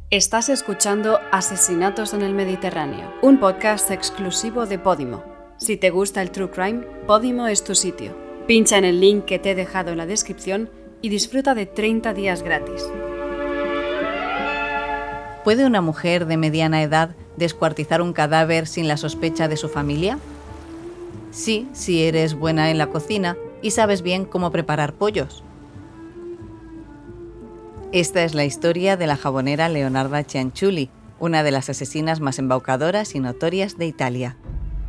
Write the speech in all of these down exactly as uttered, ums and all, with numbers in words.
Estás escuchando Asesinatos en el Mediterráneo, un podcast exclusivo de Podimo. Si te gusta el True Crime, Podimo es tu sitio. Pincha en el link que te he dejado en la descripción y disfruta de treinta días gratis. ¿Puede una mujer de mediana edad descuartizar un cadáver sin la sospecha de su familia? Sí, si eres buena en la cocina y sabes bien cómo preparar pollos. Esta es la historia de la jabonera Leonarda Cianciulli, una de las asesinas más embaucadoras y notorias de Italia.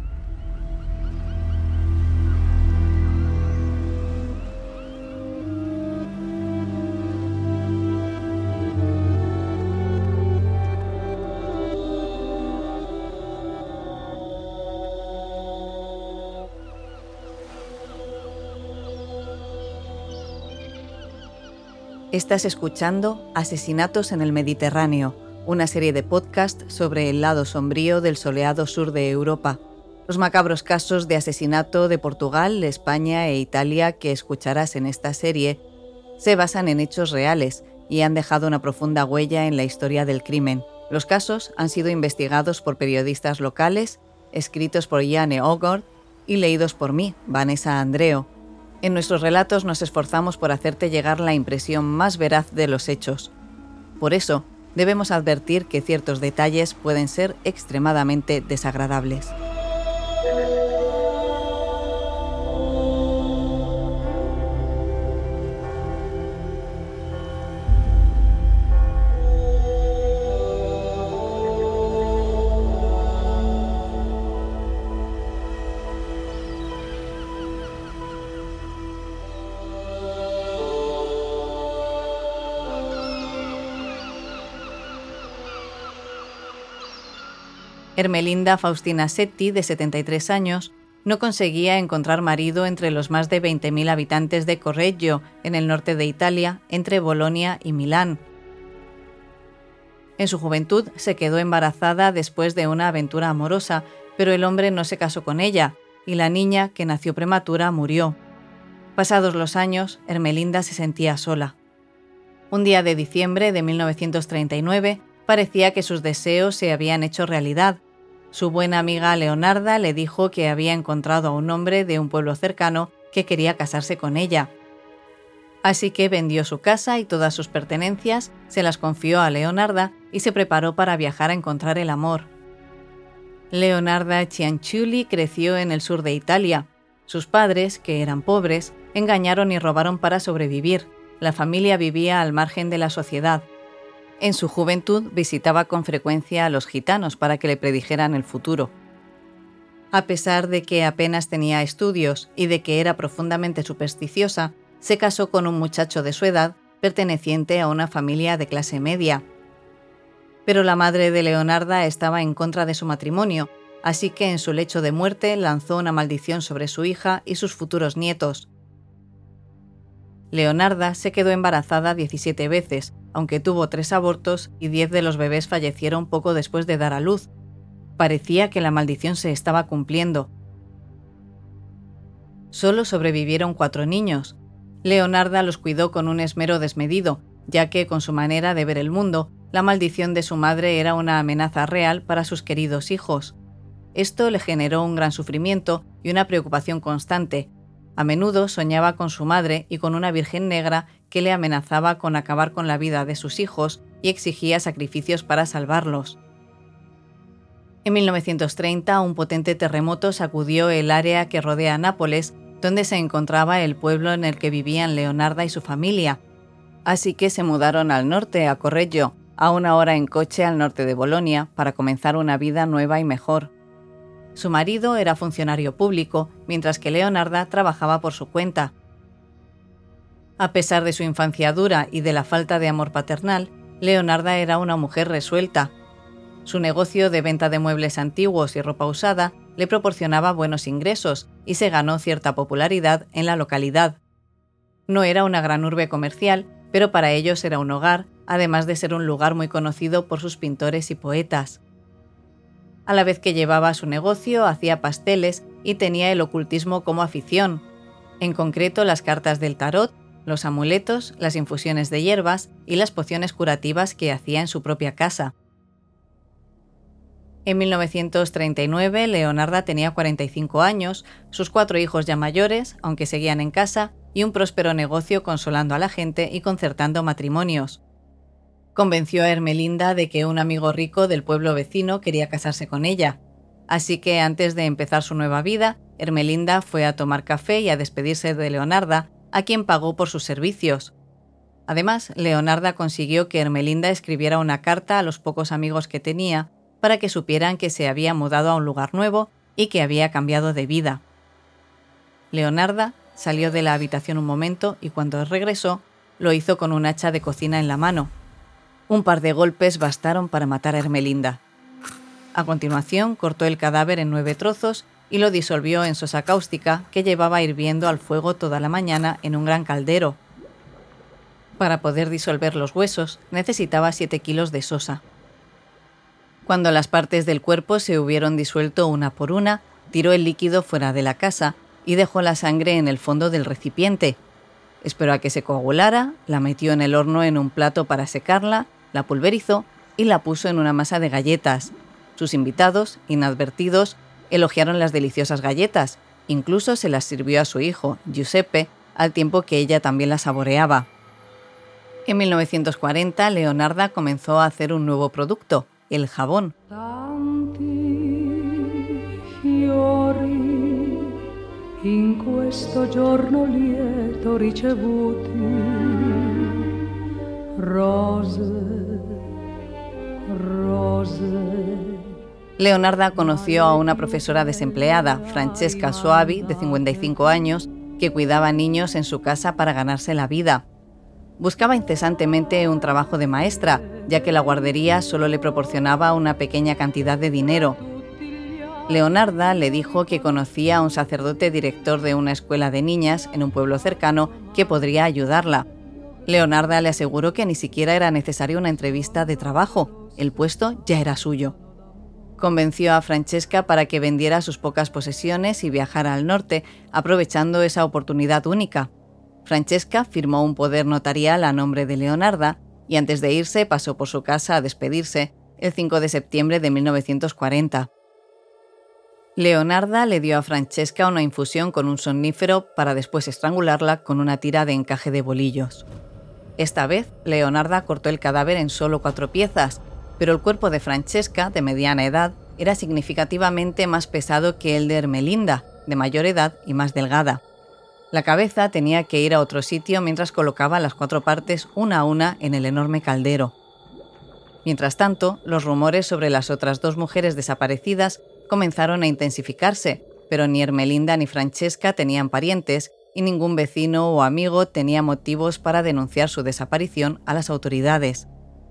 Estás escuchando Asesinatos en el Mediterráneo, una serie de podcast sobre el lado sombrío del soleado sur de Europa. Los macabros casos de asesinato de Portugal, España e Italia que escucharás en esta serie se basan en hechos reales y han dejado una profunda huella en la historia del crimen. Los casos han sido investigados por periodistas locales, escritos por Jane Ogord y leídos por mí, Vanessa Andreo. En nuestros relatos nos esforzamos por hacerte llegar la impresión más veraz de los hechos. Por eso, debemos advertir que ciertos detalles pueden ser extremadamente desagradables. Ermelinda Faustina Setti, de setenta y tres años, no conseguía encontrar marido entre los más de veinte mil habitantes de Correggio, en el norte de Italia, entre Bolonia y Milán. En su juventud se quedó embarazada después de una aventura amorosa, pero el hombre no se casó con ella, y la niña, que nació prematura, murió. Pasados los años, Ermelinda se sentía sola. Un día de diciembre de mil novecientos treinta y nueve, parecía que sus deseos se habían hecho realidad. Su buena amiga Leonarda le dijo que había encontrado a un hombre de un pueblo cercano que quería casarse con ella. Así que vendió su casa y todas sus pertenencias, se las confió a Leonarda y se preparó para viajar a encontrar el amor. Leonarda Cianciulli creció en el sur de Italia. Sus padres, que eran pobres, engañaron y robaron para sobrevivir. La familia vivía al margen de la sociedad. En su juventud visitaba con frecuencia a los gitanos para que le predijeran el futuro. A pesar de que apenas tenía estudios y de que era profundamente supersticiosa, se casó con un muchacho de su edad, perteneciente a una familia de clase media. Pero la madre de Leonarda estaba en contra de su matrimonio, así que en su lecho de muerte lanzó una maldición sobre su hija y sus futuros nietos. Leonarda se quedó embarazada diecisiete veces, aunque tuvo tres abortos y diez de los bebés fallecieron poco después de dar a luz. Parecía que la maldición se estaba cumpliendo. Solo sobrevivieron cuatro niños. Leonarda los cuidó con un esmero desmedido, ya que, con su manera de ver el mundo, la maldición de su madre era una amenaza real para sus queridos hijos. Esto le generó un gran sufrimiento y una preocupación constante. A menudo soñaba con su madre y con una virgen negra que le amenazaba con acabar con la vida de sus hijos y exigía sacrificios para salvarlos. En mil novecientos treinta, un potente terremoto sacudió el área que rodea Nápoles, donde se encontraba el pueblo en el que vivían Leonarda y su familia. Así que se mudaron al norte, a Correggio, a una hora en coche al norte de Bolonia, para comenzar una vida nueva y mejor. Su marido era funcionario público, mientras que Leonarda trabajaba por su cuenta. A pesar de su infancia dura y de la falta de amor paternal, Leonarda era una mujer resuelta. Su negocio de venta de muebles antiguos y ropa usada le proporcionaba buenos ingresos y se ganó cierta popularidad en la localidad. No era una gran urbe comercial, pero para ellos era un hogar, además de ser un lugar muy conocido por sus pintores y poetas. A la vez que llevaba su negocio, hacía pasteles y tenía el ocultismo como afición, en concreto las cartas del tarot, los amuletos, las infusiones de hierbas y las pociones curativas que hacía en su propia casa. En mil novecientos treinta y nueve, Leonarda tenía cuarenta y cinco años, sus cuatro hijos ya mayores, aunque seguían en casa, y un próspero negocio consolando a la gente y concertando matrimonios. Convenció a Ermelinda de que un amigo rico del pueblo vecino quería casarse con ella, así que antes de empezar su nueva vida, Ermelinda fue a tomar café y a despedirse de Leonarda, a quien pagó por sus servicios. Además, Leonarda consiguió que Ermelinda escribiera una carta a los pocos amigos que tenía para que supieran que se había mudado a un lugar nuevo y que había cambiado de vida. Leonarda salió de la habitación un momento y cuando regresó, lo hizo con un hacha de cocina en la mano. Un par de golpes bastaron para matar a Ermelinda. A continuación, cortó el cadáver en nueve trozos y lo disolvió en sosa cáustica que llevaba hirviendo al fuego toda la mañana en un gran caldero. Para poder disolver los huesos, necesitaba siete kilos de sosa. Cuando las partes del cuerpo se hubieron disuelto una por una, tiró el líquido fuera de la casa y dejó la sangre en el fondo del recipiente. Esperó a que se coagulara, la metió en el horno en un plato para secarla, la pulverizó y la puso en una masa de galletas. Sus invitados, inadvertidos, elogiaron las deliciosas galletas, incluso se las sirvió a su hijo, Giuseppe, al tiempo que ella también las saboreaba. En mil novecientos cuarenta, Leonarda comenzó a hacer un nuevo producto, el jabón. Tanti fiori in questo giorno lieto ricevuti, rose, rose. Leonarda conoció a una profesora desempleada, Francesca Soavi, de cincuenta y cinco años, que cuidaba niños en su casa para ganarse la vida. Buscaba incesantemente un trabajo de maestra, ya que la guardería solo le proporcionaba una pequeña cantidad de dinero. Leonarda le dijo que conocía a un sacerdote director de una escuela de niñas en un pueblo cercano que podría ayudarla. Leonarda le aseguró que ni siquiera era necesaria una entrevista de trabajo, el puesto ya era suyo. Convenció a Francesca para que vendiera sus pocas posesiones y viajara al norte, aprovechando esa oportunidad única. Francesca firmó un poder notarial a nombre de Leonarda y antes de irse pasó por su casa a despedirse el cinco de septiembre de mil novecientos cuarenta. Leonarda le dio a Francesca una infusión con un somnífero para después estrangularla con una tira de encaje de bolillos. Esta vez, Leonarda cortó el cadáver en solo cuatro piezas, pero el cuerpo de Francesca, de mediana edad, era significativamente más pesado que el de Ermelinda, de mayor edad y más delgada. La cabeza tenía que ir a otro sitio mientras colocaba las cuatro partes una a una en el enorme caldero. Mientras tanto, los rumores sobre las otras dos mujeres desaparecidas comenzaron a intensificarse, pero ni Ermelinda ni Francesca tenían parientes y ningún vecino o amigo tenía motivos para denunciar su desaparición a las autoridades.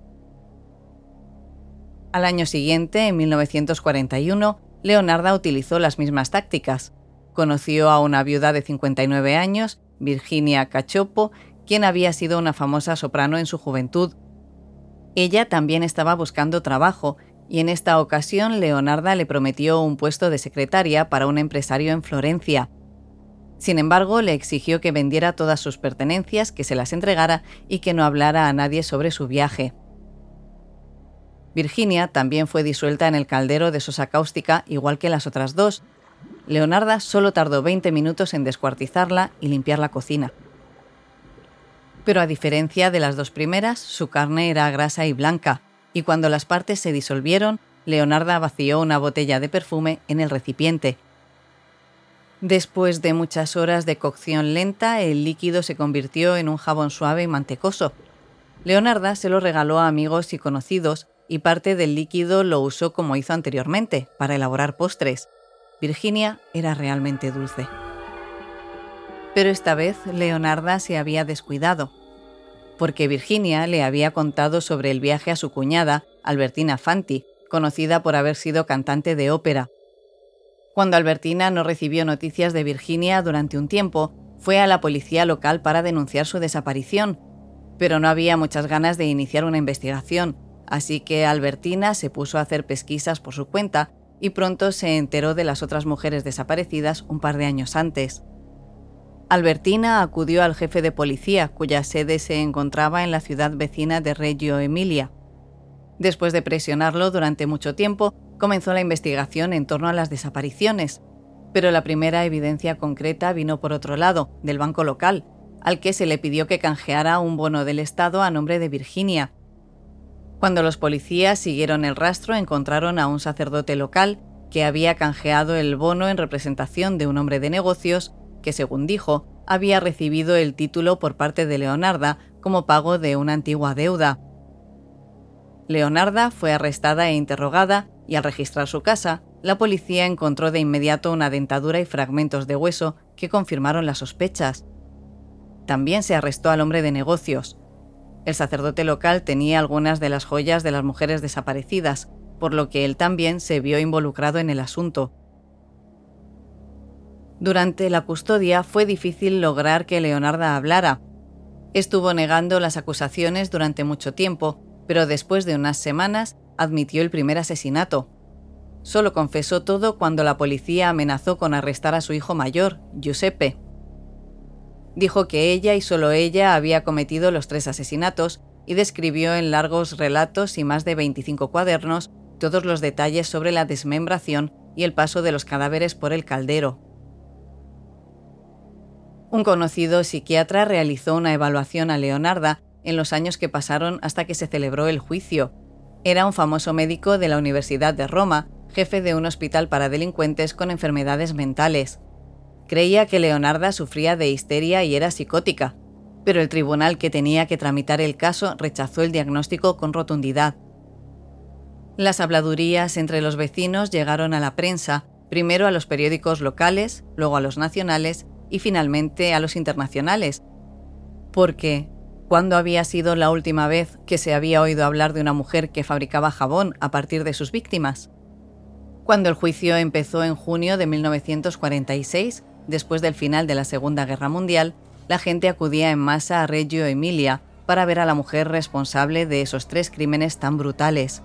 Al año siguiente, en mil novecientos cuarenta y uno, Leonarda utilizó las mismas tácticas. Conoció a una viuda de cincuenta y nueve años, Virginia Cacioppo, quien había sido una famosa soprano en su juventud. Ella también estaba buscando trabajo y en esta ocasión Leonarda le prometió un puesto de secretaria para un empresario en Florencia. Sin embargo, le exigió que vendiera todas sus pertenencias, que se las entregara y que no hablara a nadie sobre su viaje. Virginia también fue disuelta en el caldero de sosa cáustica, igual que las otras dos. Leonarda solo tardó veinte minutos en descuartizarla y limpiar la cocina. Pero a diferencia de las dos primeras, su carne era grasa y blanca, y cuando las partes se disolvieron, Leonarda vació una botella de perfume en el recipiente. Después de muchas horas de cocción lenta, el líquido se convirtió en un jabón suave y mantecoso. Leonarda se lo regaló a amigos y conocidos, y parte del líquido lo usó como hizo anteriormente, para elaborar postres. Virginia era realmente dulce. Pero esta vez Leonarda se había descuidado, porque Virginia le había contado sobre el viaje a su cuñada, Albertina Fanti, conocida por haber sido cantante de ópera. Cuando Albertina no recibió noticias de Virginia durante un tiempo, fue a la policía local para denunciar su desaparición, pero no había muchas ganas de iniciar una investigación, así que Albertina se puso a hacer pesquisas por su cuenta y pronto se enteró de las otras mujeres desaparecidas un par de años antes. Albertina acudió al jefe de policía, cuya sede se encontraba en la ciudad vecina de Reggio Emilia. Después de presionarlo durante mucho tiempo, comenzó la investigación en torno a las desapariciones, pero la primera evidencia concreta vino por otro lado, del banco local, al que se le pidió que canjeara un bono del Estado a nombre de Virginia. Cuando los policías siguieron el rastro, encontraron a un sacerdote local que había canjeado el bono en representación de un hombre de negocios que, según dijo, había recibido el título por parte de Leonarda como pago de una antigua deuda. Leonarda fue arrestada e interrogada y, al registrar su casa, la policía encontró de inmediato una dentadura y fragmentos de hueso que confirmaron las sospechas. También se arrestó al hombre de negocios. El sacerdote local tenía algunas de las joyas de las mujeres desaparecidas, por lo que él también se vio involucrado en el asunto. Durante la custodia fue difícil lograr que Leonarda hablara. Estuvo negando las acusaciones durante mucho tiempo, pero después de unas semanas admitió el primer asesinato. Solo confesó todo cuando la policía amenazó con arrestar a su hijo mayor, Giuseppe. Dijo que ella y solo ella había cometido los tres asesinatos y describió en largos relatos y más de veinticinco cuadernos todos los detalles sobre la desmembración y el paso de los cadáveres por el caldero. Un conocido psiquiatra realizó una evaluación a Leonarda en los años que pasaron hasta que se celebró el juicio. Era un famoso médico de la Universidad de Roma, jefe de un hospital para delincuentes con enfermedades mentales. Creía que Leonarda sufría de histeria y era psicótica, pero el tribunal que tenía que tramitar el caso rechazó el diagnóstico con rotundidad. Las habladurías entre los vecinos llegaron a la prensa, primero a los periódicos locales, luego a los nacionales y finalmente a los internacionales. Porque, ¿cuándo había sido la última vez que se había oído hablar de una mujer que fabricaba jabón a partir de sus víctimas? Cuando el juicio empezó en junio de mil novecientos cuarenta y seis, después del final de la Segunda Guerra Mundial, la gente acudía en masa a Reggio Emilia para ver a la mujer responsable de esos tres crímenes tan brutales.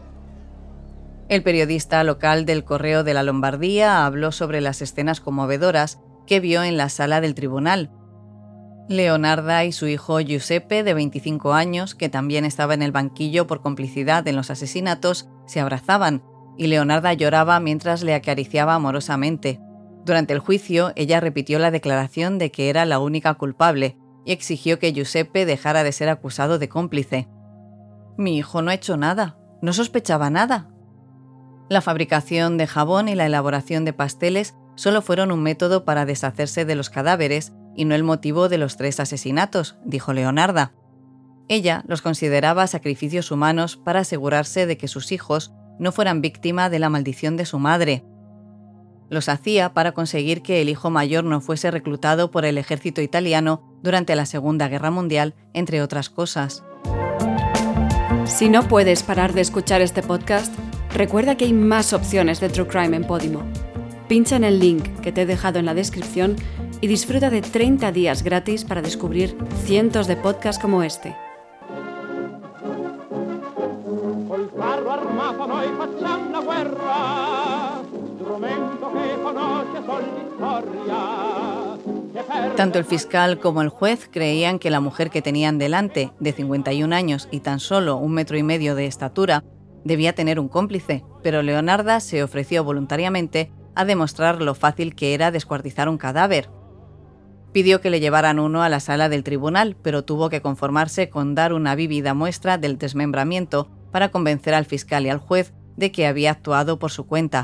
El periodista local del Correo de la Lombardía habló sobre las escenas conmovedoras que vio en la sala del tribunal. Leonarda y su hijo Giuseppe, de veinticinco años, que también estaba en el banquillo por complicidad en los asesinatos, se abrazaban, y Leonarda lloraba mientras le acariciaba amorosamente. Durante el juicio, ella repitió la declaración de que era la única culpable y exigió que Giuseppe dejara de ser acusado de cómplice. «Mi hijo no ha hecho nada, no sospechaba nada». La fabricación de jabón y la elaboración de pasteles solo fueron un método para deshacerse de los cadáveres y no el motivo de los tres asesinatos, dijo Leonarda. Ella los consideraba sacrificios humanos para asegurarse de que sus hijos no fueran víctima de la maldición de su madre. Los hacía para conseguir que el hijo mayor no fuese reclutado por el ejército italiano durante la Segunda Guerra Mundial, entre otras cosas. Si no puedes parar de escuchar este podcast, recuerda que hay más opciones de True Crime en Podimo. Pincha en el link que te he dejado en la descripción y disfruta de treinta días gratis para descubrir cientos de podcasts como este. Col carro armato noi facciamo una guerra, strumento che conosce sol vittoria. Tanto el fiscal como el juez creían que la mujer que tenían delante, de cincuenta y un años y tan solo un metro y medio de estatura, debía tener un cómplice, pero Leonarda se ofreció voluntariamente a demostrar lo fácil que era descuartizar un cadáver. Pidió que le llevaran uno a la sala del tribunal, pero tuvo que conformarse con dar una vívida muestra del desmembramiento para convencer al fiscal y al juez de que había actuado por su cuenta.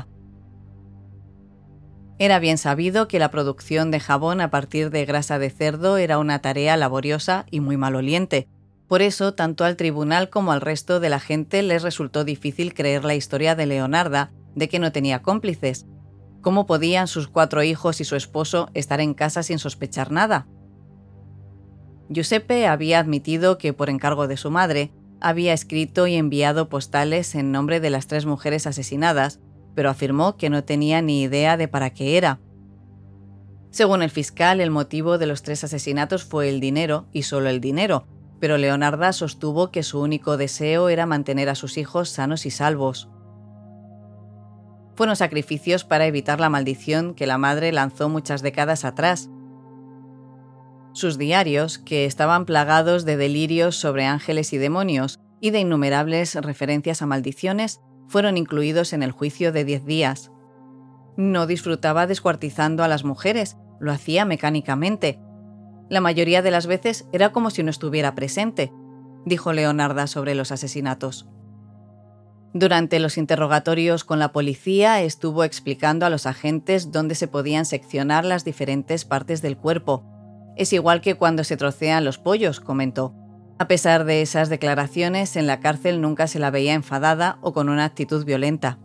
Era bien sabido que la producción de jabón a partir de grasa de cerdo era una tarea laboriosa y muy maloliente. Por eso, tanto al tribunal como al resto de la gente les resultó difícil creer la historia de Leonarda de que no tenía cómplices. ¿Cómo podían sus cuatro hijos y su esposo estar en casa sin sospechar nada? Giuseppe había admitido que, por encargo de su madre, había escrito y enviado postales en nombre de las tres mujeres asesinadas, pero afirmó que no tenía ni idea de para qué era. Según el fiscal, el motivo de los tres asesinatos fue el dinero, y solo el dinero, pero Leonarda sostuvo que su único deseo era mantener a sus hijos sanos y salvos. Fueron sacrificios para evitar la maldición que la madre lanzó muchas décadas atrás. Sus diarios, que estaban plagados de delirios sobre ángeles y demonios y de innumerables referencias a maldiciones, fueron incluidos en el juicio de diez días. No disfrutaba descuartizando a las mujeres, lo hacía mecánicamente. La mayoría de las veces era como si no estuviera presente, dijo Leonarda sobre los asesinatos. Durante los interrogatorios con la policía estuvo explicando a los agentes dónde se podían seccionar las diferentes partes del cuerpo. Es igual que cuando se trocean los pollos, comentó. A pesar de esas declaraciones, en la cárcel nunca se la veía enfadada o con una actitud violenta.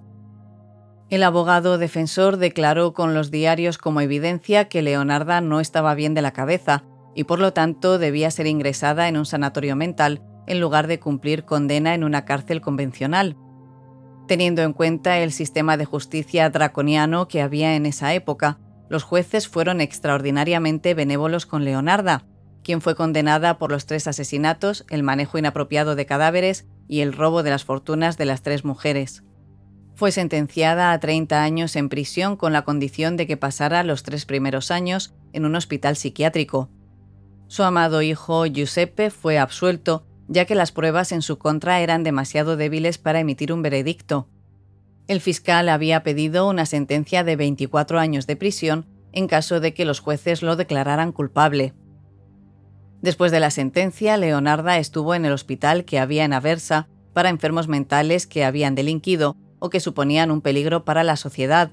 El abogado defensor declaró con los diarios como evidencia que Leonarda no estaba bien de la cabeza y por lo tanto debía ser ingresada en un sanatorio mental en lugar de cumplir condena en una cárcel convencional. Teniendo en cuenta el sistema de justicia draconiano que había en esa época, los jueces fueron extraordinariamente benévolos con Leonarda, quien fue condenada por los tres asesinatos, el manejo inapropiado de cadáveres y el robo de las fortunas de las tres mujeres. Fue sentenciada a treinta años en prisión con la condición de que pasara los tres primeros años en un hospital psiquiátrico. Su amado hijo Giuseppe fue absuelto, ya que las pruebas en su contra eran demasiado débiles para emitir un veredicto. El fiscal había pedido una sentencia de veinticuatro años de prisión en caso de que los jueces lo declararan culpable. Después de la sentencia, Leonarda estuvo en el hospital que había en Aversa para enfermos mentales que habían delinquido o que suponían un peligro para la sociedad.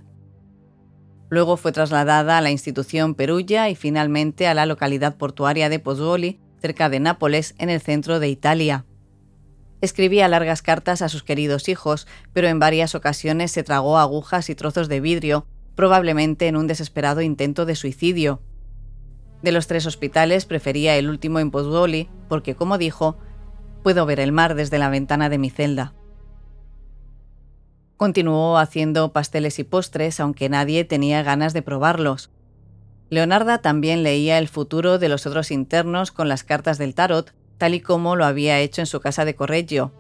Luego fue trasladada a la institución Perugia y finalmente a la localidad portuaria de Pozzuoli, cerca de Nápoles, en el centro de Italia. Escribía largas cartas a sus queridos hijos, pero en varias ocasiones se tragó agujas y trozos de vidrio, probablemente en un desesperado intento de suicidio. De los tres hospitales prefería el último en Pozzuoli porque, como dijo, «puedo ver el mar desde la ventana de mi celda». Continuó haciendo pasteles y postres, aunque nadie tenía ganas de probarlos. Leonarda también leía el futuro de los otros internos con las cartas del tarot, tal y como lo había hecho en su casa de Correggio.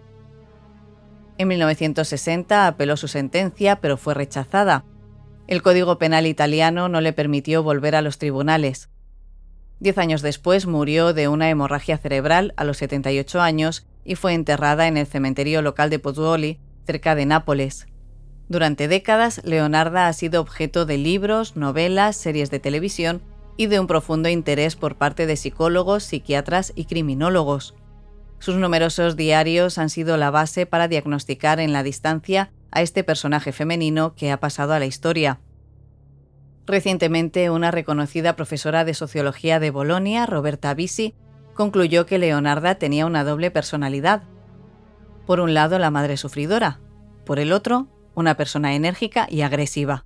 En mil novecientos sesenta apeló su sentencia, pero fue rechazada. El Código Penal italiano no le permitió volver a los tribunales. Diez años después murió de una hemorragia cerebral a los setenta y ocho años y fue enterrada en el cementerio local de Pozzuoli, cerca de Nápoles. Durante décadas, Leonarda ha sido objeto de libros, novelas, series de televisión y de un profundo interés por parte de psicólogos, psiquiatras y criminólogos. Sus numerosos diarios han sido la base para diagnosticar en la distancia a este personaje femenino que ha pasado a la historia. Recientemente, una reconocida profesora de sociología de Bolonia, Roberta Bisi, concluyó que Leonarda tenía una doble personalidad. Por un lado, la madre sufridora, por el otro, una persona enérgica y agresiva.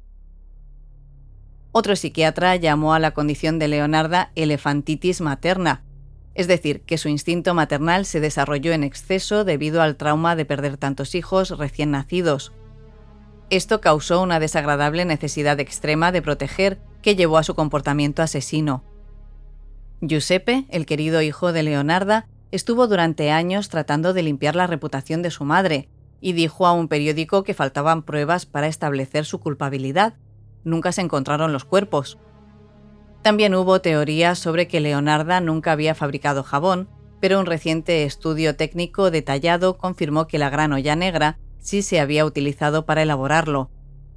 Otro psiquiatra llamó a la condición de Leonarda elefantitis materna, es decir, que su instinto maternal se desarrolló en exceso debido al trauma de perder tantos hijos recién nacidos. Esto causó una desagradable necesidad extrema de proteger que llevó a su comportamiento asesino. Giuseppe, el querido hijo de Leonarda, estuvo durante años tratando de limpiar la reputación de su madre y dijo a un periódico que faltaban pruebas para establecer su culpabilidad. Nunca se encontraron los cuerpos. También hubo teorías sobre que Leonarda nunca había fabricado jabón, pero un reciente estudio técnico detallado confirmó que la gran olla negra sí se había utilizado para elaborarlo.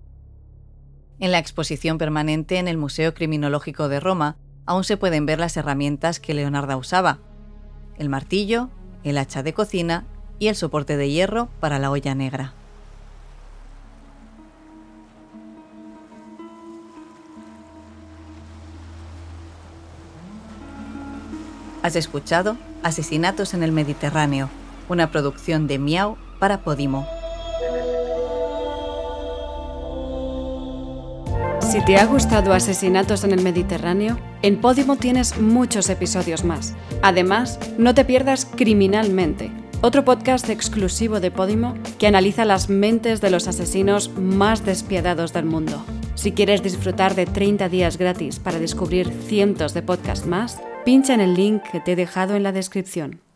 En la exposición permanente en el Museo Criminológico de Roma aún se pueden ver las herramientas que Leonarda usaba: el martillo, el hacha de cocina y el soporte de hierro para la olla negra. Has escuchado Asesinatos en el Mediterráneo, una producción de Miau para Podimo. Si te ha gustado Asesinatos en el Mediterráneo, en Podimo tienes muchos episodios más. Además, no te pierdas Criminalmente, otro podcast exclusivo de Podimo que analiza las mentes de los asesinos más despiadados del mundo. Si quieres disfrutar de treinta días gratis para descubrir cientos de podcasts más, pincha en el link que te he dejado en la descripción.